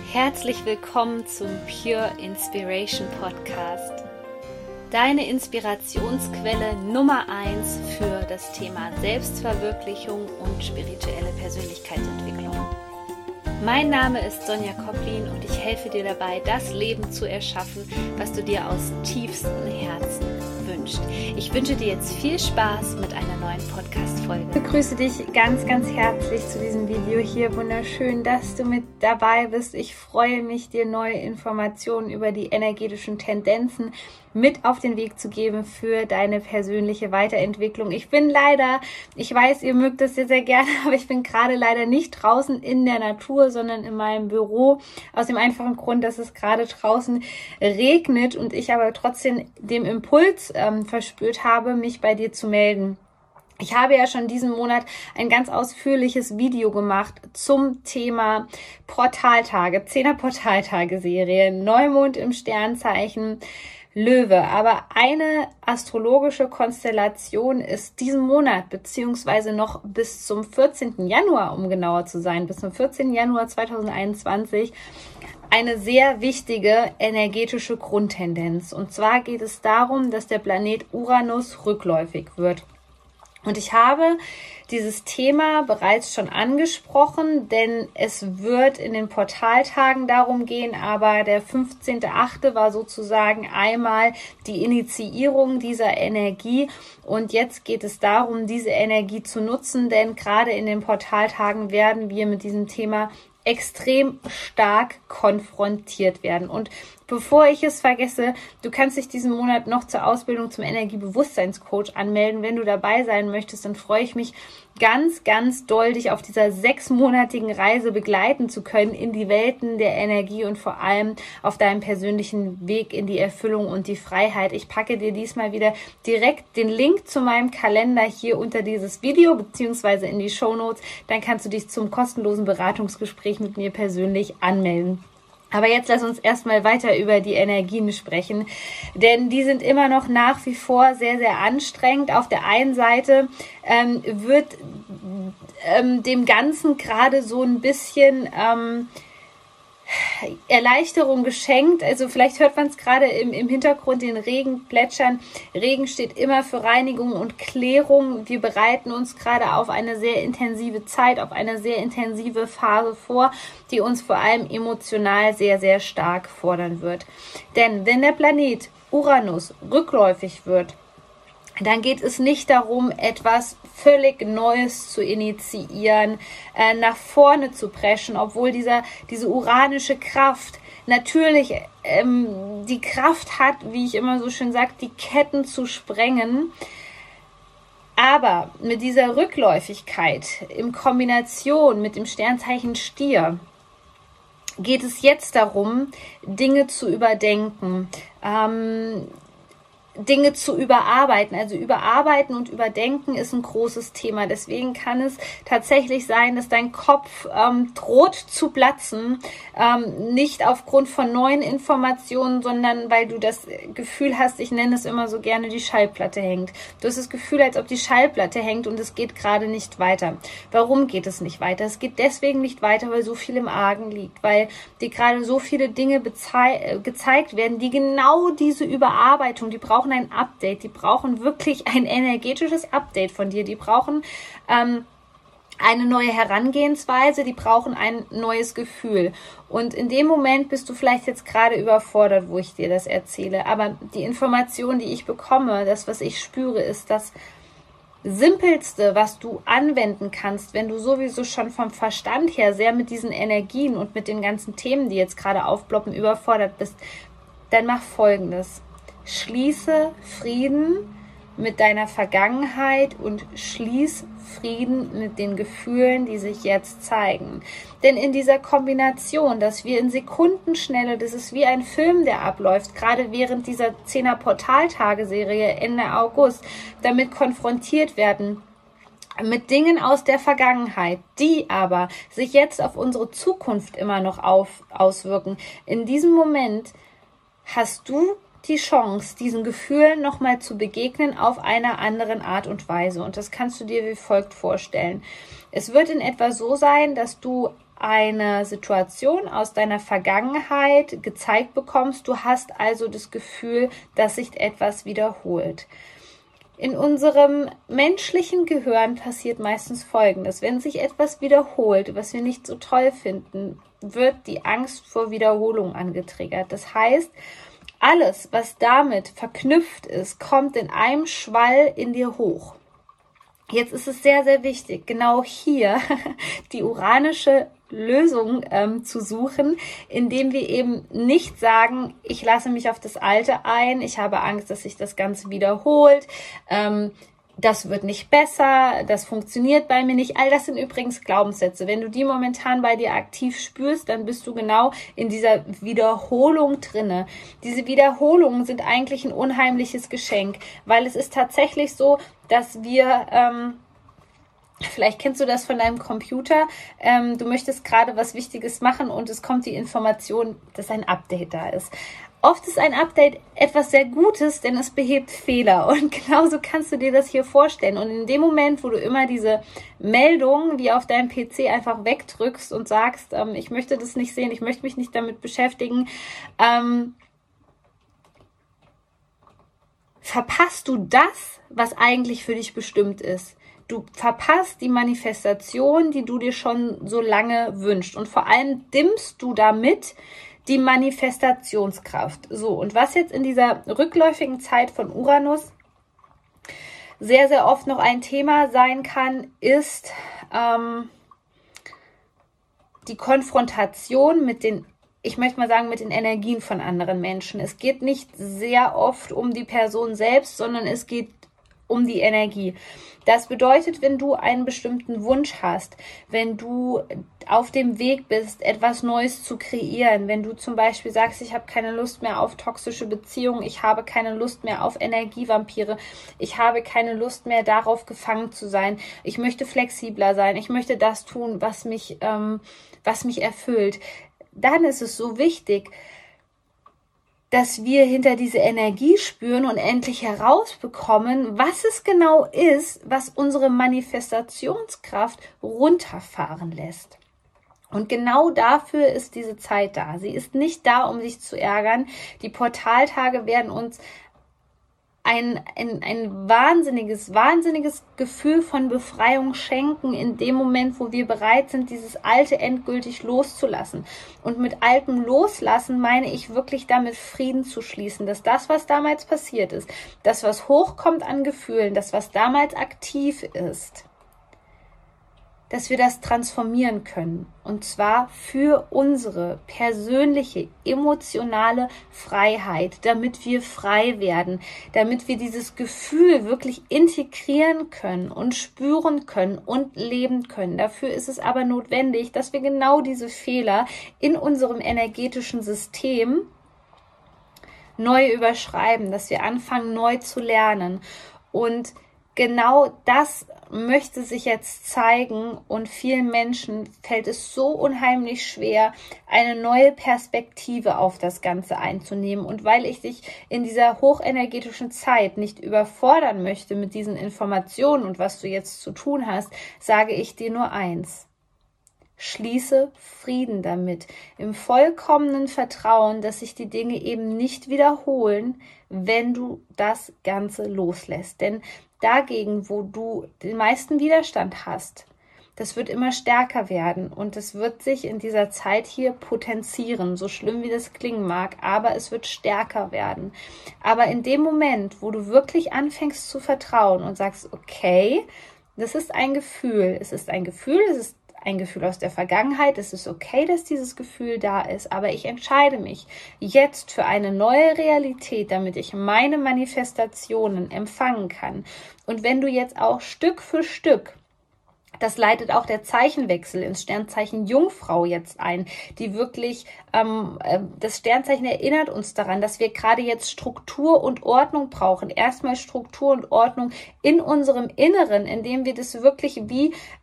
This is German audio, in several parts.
Herzlich willkommen zum Pure Inspiration Podcast. Deine Inspirationsquelle Nummer 1 für das Thema Selbstverwirklichung und spirituelle Persönlichkeitsentwicklung. Mein Name ist Sonja Koplin und ich helfe dir dabei, das Leben zu erschaffen, was du dir aus tiefstem Herzen wünschst. Ich wünsche dir jetzt viel Spaß mit einer neuen Podcast-Folge. Ich begrüße dich ganz, ganz herzlich zu diesem Video hier. Wunderschön, dass du mit dabei bist. Ich freue mich, dir neue Informationen über die energetischen Tendenzen mit auf den Weg zu geben für deine persönliche Weiterentwicklung. Ich weiß, ihr mögt das sehr, sehr gerne, aber ich bin gerade leider nicht draußen in der Natur, sondern in meinem Büro. Aus dem einfachen Grund, dass es gerade draußen regnet und ich aber trotzdem den Impuls verspürt habe, mich bei dir zu melden. Ich habe ja schon diesen Monat ein ganz ausführliches Video gemacht zum Thema Portaltage, 10er Portaltage-Serie, Neumond im Sternzeichen Löwe. Aber eine astrologische Konstellation ist diesen Monat, beziehungsweise noch bis zum 14. Januar, um genauer zu sein, bis zum 14. Januar 2021, eine sehr wichtige energetische Grundtendenz. Und zwar geht es darum, dass der Planet Uranus rückläufig wird. Und ich habe dieses Thema bereits schon angesprochen, denn es wird in den Portaltagen darum gehen, aber der 15.8. war sozusagen einmal die Initiierung dieser Energie und jetzt geht es darum, diese Energie zu nutzen, denn gerade in den Portaltagen werden wir mit diesem Thema extrem stark konfrontiert werden. Und bevor ich es vergesse, du kannst dich diesen Monat noch zur Ausbildung zum Energiebewusstseinscoach anmelden. Wenn du dabei sein möchtest, dann freue ich mich ganz, ganz doll, dich auf dieser 6-monatigen Reise begleiten zu können in die Welten der Energie und vor allem auf deinem persönlichen Weg in die Erfüllung und die Freiheit. Ich packe dir diesmal wieder direkt den Link zu meinem Kalender hier unter dieses Video beziehungsweise in die Shownotes. Dann kannst du dich zum kostenlosen Beratungsgespräch mit mir persönlich anmelden. Aber jetzt lass uns erstmal weiter über die Energien sprechen, denn die sind immer noch nach wie vor sehr, sehr anstrengend. Auf der einen Seite wird dem Ganzen gerade so ein bisschen Erleichterung geschenkt. Also vielleicht hört man es gerade im Hintergrund, den Regen plätschern. Regen steht immer für Reinigung und Klärung. Wir bereiten uns gerade auf eine sehr intensive Zeit, auf eine sehr intensive Phase vor, die uns vor allem emotional sehr, sehr stark fordern wird. Denn wenn der Planet Uranus rückläufig wird, dann geht es nicht darum, etwas völlig Neues zu initiieren, nach vorne zu preschen, obwohl diese uranische Kraft natürlich die Kraft hat, wie ich immer so schön sage, die Ketten zu sprengen. Aber mit dieser Rückläufigkeit in Kombination mit dem Sternzeichen Stier geht es jetzt darum, Dinge zu überdenken, Dinge zu überarbeiten. Also überarbeiten und überdenken ist ein großes Thema. Deswegen kann es tatsächlich sein, dass dein Kopf droht zu platzen. Nicht aufgrund von neuen Informationen, sondern weil du das Gefühl hast, ich nenne es immer so gerne, die Schallplatte hängt. Du hast das Gefühl, als ob die Schallplatte hängt und es geht gerade nicht weiter. Warum geht es nicht weiter? Es geht deswegen nicht weiter, weil so viel im Argen liegt, weil dir gerade so viele Dinge gezeigt werden, die genau diese Überarbeitung, die brauchen ein Update, die brauchen wirklich ein energetisches Update von dir, die brauchen eine neue Herangehensweise, die brauchen ein neues Gefühl. Und in dem Moment bist du vielleicht jetzt gerade überfordert, wo ich dir das erzähle, aber die Information, die ich bekomme, das, was ich spüre, ist das Simpelste, was du anwenden kannst, wenn du sowieso schon vom Verstand her sehr mit diesen Energien und mit den ganzen Themen, die jetzt gerade aufploppen, überfordert bist, dann mach Folgendes. Schließe Frieden mit deiner Vergangenheit und schließ Frieden mit den Gefühlen, die sich jetzt zeigen. Denn in dieser Kombination, dass wir in Sekundenschnelle, das ist wie ein Film, der abläuft, gerade während dieser 10er Portaltage-Serie Ende August, damit konfrontiert werden, mit Dingen aus der Vergangenheit, die aber sich jetzt auf unsere Zukunft immer noch auswirken. In diesem Moment hast du die Chance, diesen Gefühlen nochmal zu begegnen auf einer anderen Art und Weise. Und das kannst du dir wie folgt vorstellen. Es wird in etwa so sein, dass du eine Situation aus deiner Vergangenheit gezeigt bekommst. Du hast also das Gefühl, dass sich etwas wiederholt. In unserem menschlichen Gehirn passiert meistens Folgendes. Wenn sich etwas wiederholt, was wir nicht so toll finden, wird die Angst vor Wiederholung angetriggert. Das heißt, alles, was damit verknüpft ist, kommt in einem Schwall in dir hoch. Jetzt ist es sehr, sehr wichtig, genau hier die uranische Lösung zu suchen, indem wir eben nicht sagen, ich lasse mich auf das Alte ein, ich habe Angst, dass sich das Ganze wiederholt, das wird nicht besser, das funktioniert bei mir nicht. All das sind übrigens Glaubenssätze. Wenn du die momentan bei dir aktiv spürst, dann bist du genau in dieser Wiederholung drinne. Diese Wiederholungen sind eigentlich ein unheimliches Geschenk, weil es ist tatsächlich so, dass wir vielleicht kennst du das von deinem Computer. Du möchtest gerade was Wichtiges machen und es kommt die Information, dass ein Update da ist. Oft ist ein Update etwas sehr Gutes, denn es behebt Fehler. Und genauso kannst du dir das hier vorstellen. Und in dem Moment, wo du immer diese Meldung wie auf deinem PC einfach wegdrückst und sagst, ich möchte das nicht sehen, ich möchte mich nicht damit beschäftigen, verpasst du das, was eigentlich für dich bestimmt ist. Du verpasst die Manifestation, die du dir schon so lange wünschst. Und vor allem dimmst du damit die Manifestationskraft. So, und was jetzt in dieser rückläufigen Zeit von Uranus sehr, sehr oft noch ein Thema sein kann, ist die Konfrontation mit den, ich möchte mal sagen, mit den Energien von anderen Menschen. Es geht nicht sehr oft um die Person selbst, sondern es geht um die Energie. Das bedeutet, wenn du einen bestimmten Wunsch hast, wenn du auf dem Weg bist, etwas Neues zu kreieren, wenn du zum Beispiel sagst, ich habe keine Lust mehr auf toxische Beziehungen, ich habe keine Lust mehr auf Energievampire, ich habe keine Lust mehr darauf gefangen zu sein, ich möchte flexibler sein, ich möchte das tun, was mich erfüllt, dann ist es so wichtig, dass wir hinter diese Energie spüren und endlich herausbekommen, was es genau ist, was unsere Manifestationskraft runterfahren lässt. Und genau dafür ist diese Zeit da. Sie ist nicht da, um sich zu ärgern. Die Portaltage werden uns ein wahnsinniges Gefühl von Befreiung schenken in dem Moment, wo wir bereit sind, dieses Alte endgültig loszulassen. Und mit Altem loslassen meine ich wirklich damit Frieden zu schließen, dass das, was damals passiert ist, das, was hochkommt an Gefühlen, das, was damals aktiv ist, dass wir das transformieren können. Und zwar für unsere persönliche, emotionale Freiheit, damit wir frei werden, damit wir dieses Gefühl wirklich integrieren können und spüren können und leben können. Dafür ist es aber notwendig, dass wir genau diese Fehler in unserem energetischen System neu überschreiben, dass wir anfangen, neu zu lernen. Und genau das möchte sich jetzt zeigen und vielen Menschen fällt es so unheimlich schwer, eine neue Perspektive auf das Ganze einzunehmen. Und weil ich dich in dieser hochenergetischen Zeit nicht überfordern möchte mit diesen Informationen und was du jetzt zu tun hast, sage ich dir nur eins. Schließe Frieden damit, im vollkommenen Vertrauen, dass sich die Dinge eben nicht wiederholen, wenn du das Ganze loslässt. Denn dagegen, wo du den meisten Widerstand hast, das wird immer stärker werden und es wird sich in dieser Zeit hier potenzieren, so schlimm wie das klingen mag, aber es wird stärker werden. Aber in dem Moment, wo du wirklich anfängst zu vertrauen und sagst, okay, das ist ein Gefühl, es ist ein Gefühl aus der Vergangenheit, es ist okay, dass dieses Gefühl da ist, aber ich entscheide mich jetzt für eine neue Realität, damit ich meine Manifestationen empfangen kann. Und wenn du jetzt auch Stück für Stück, das leitet auch der Zeichenwechsel ins Sternzeichen Jungfrau jetzt ein, die wirklich, das Sternzeichen erinnert uns daran, dass wir gerade jetzt Struktur und Ordnung brauchen. Erstmal Struktur und Ordnung in unserem Inneren, indem wir das wirklich wie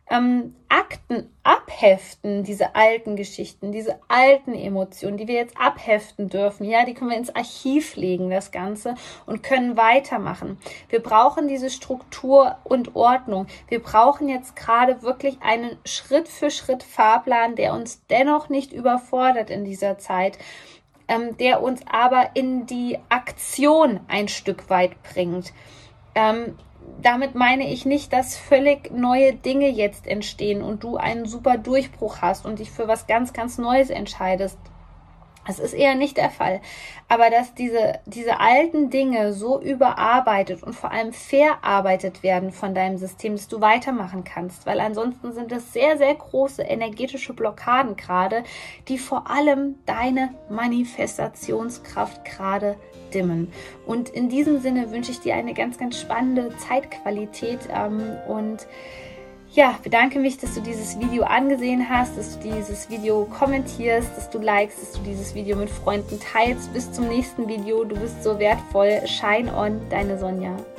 Akten abheften, diese alten Geschichten, diese alten Emotionen, die wir jetzt abheften dürfen, ja, die können wir ins Archiv legen, das Ganze, und können weitermachen. Wir brauchen diese Struktur und Ordnung. Wir brauchen jetzt gerade wirklich einen Schritt-für-Schritt Fahrplan, der uns dennoch nicht überfordert in dieser Zeit, der uns aber in die Aktion ein Stück weit bringt. Damit meine ich nicht, dass völlig neue Dinge jetzt entstehen und du einen super Durchbruch hast und dich für was ganz, ganz Neues entscheidest. Das ist eher nicht der Fall. Aber dass diese alten Dinge so überarbeitet und vor allem verarbeitet werden von deinem System, dass du weitermachen kannst. Weil ansonsten sind es sehr, sehr große energetische Blockaden gerade, die vor allem deine Manifestationskraft gerade dimmen. Und in diesem Sinne wünsche ich dir eine ganz, ganz spannende Zeitqualität und ja, bedanke mich, dass du dieses Video angesehen hast, dass du dieses Video kommentierst, dass du likest, dass du dieses Video mit Freunden teilst. Bis zum nächsten Video. Du bist so wertvoll. Shine on, deine Sonja.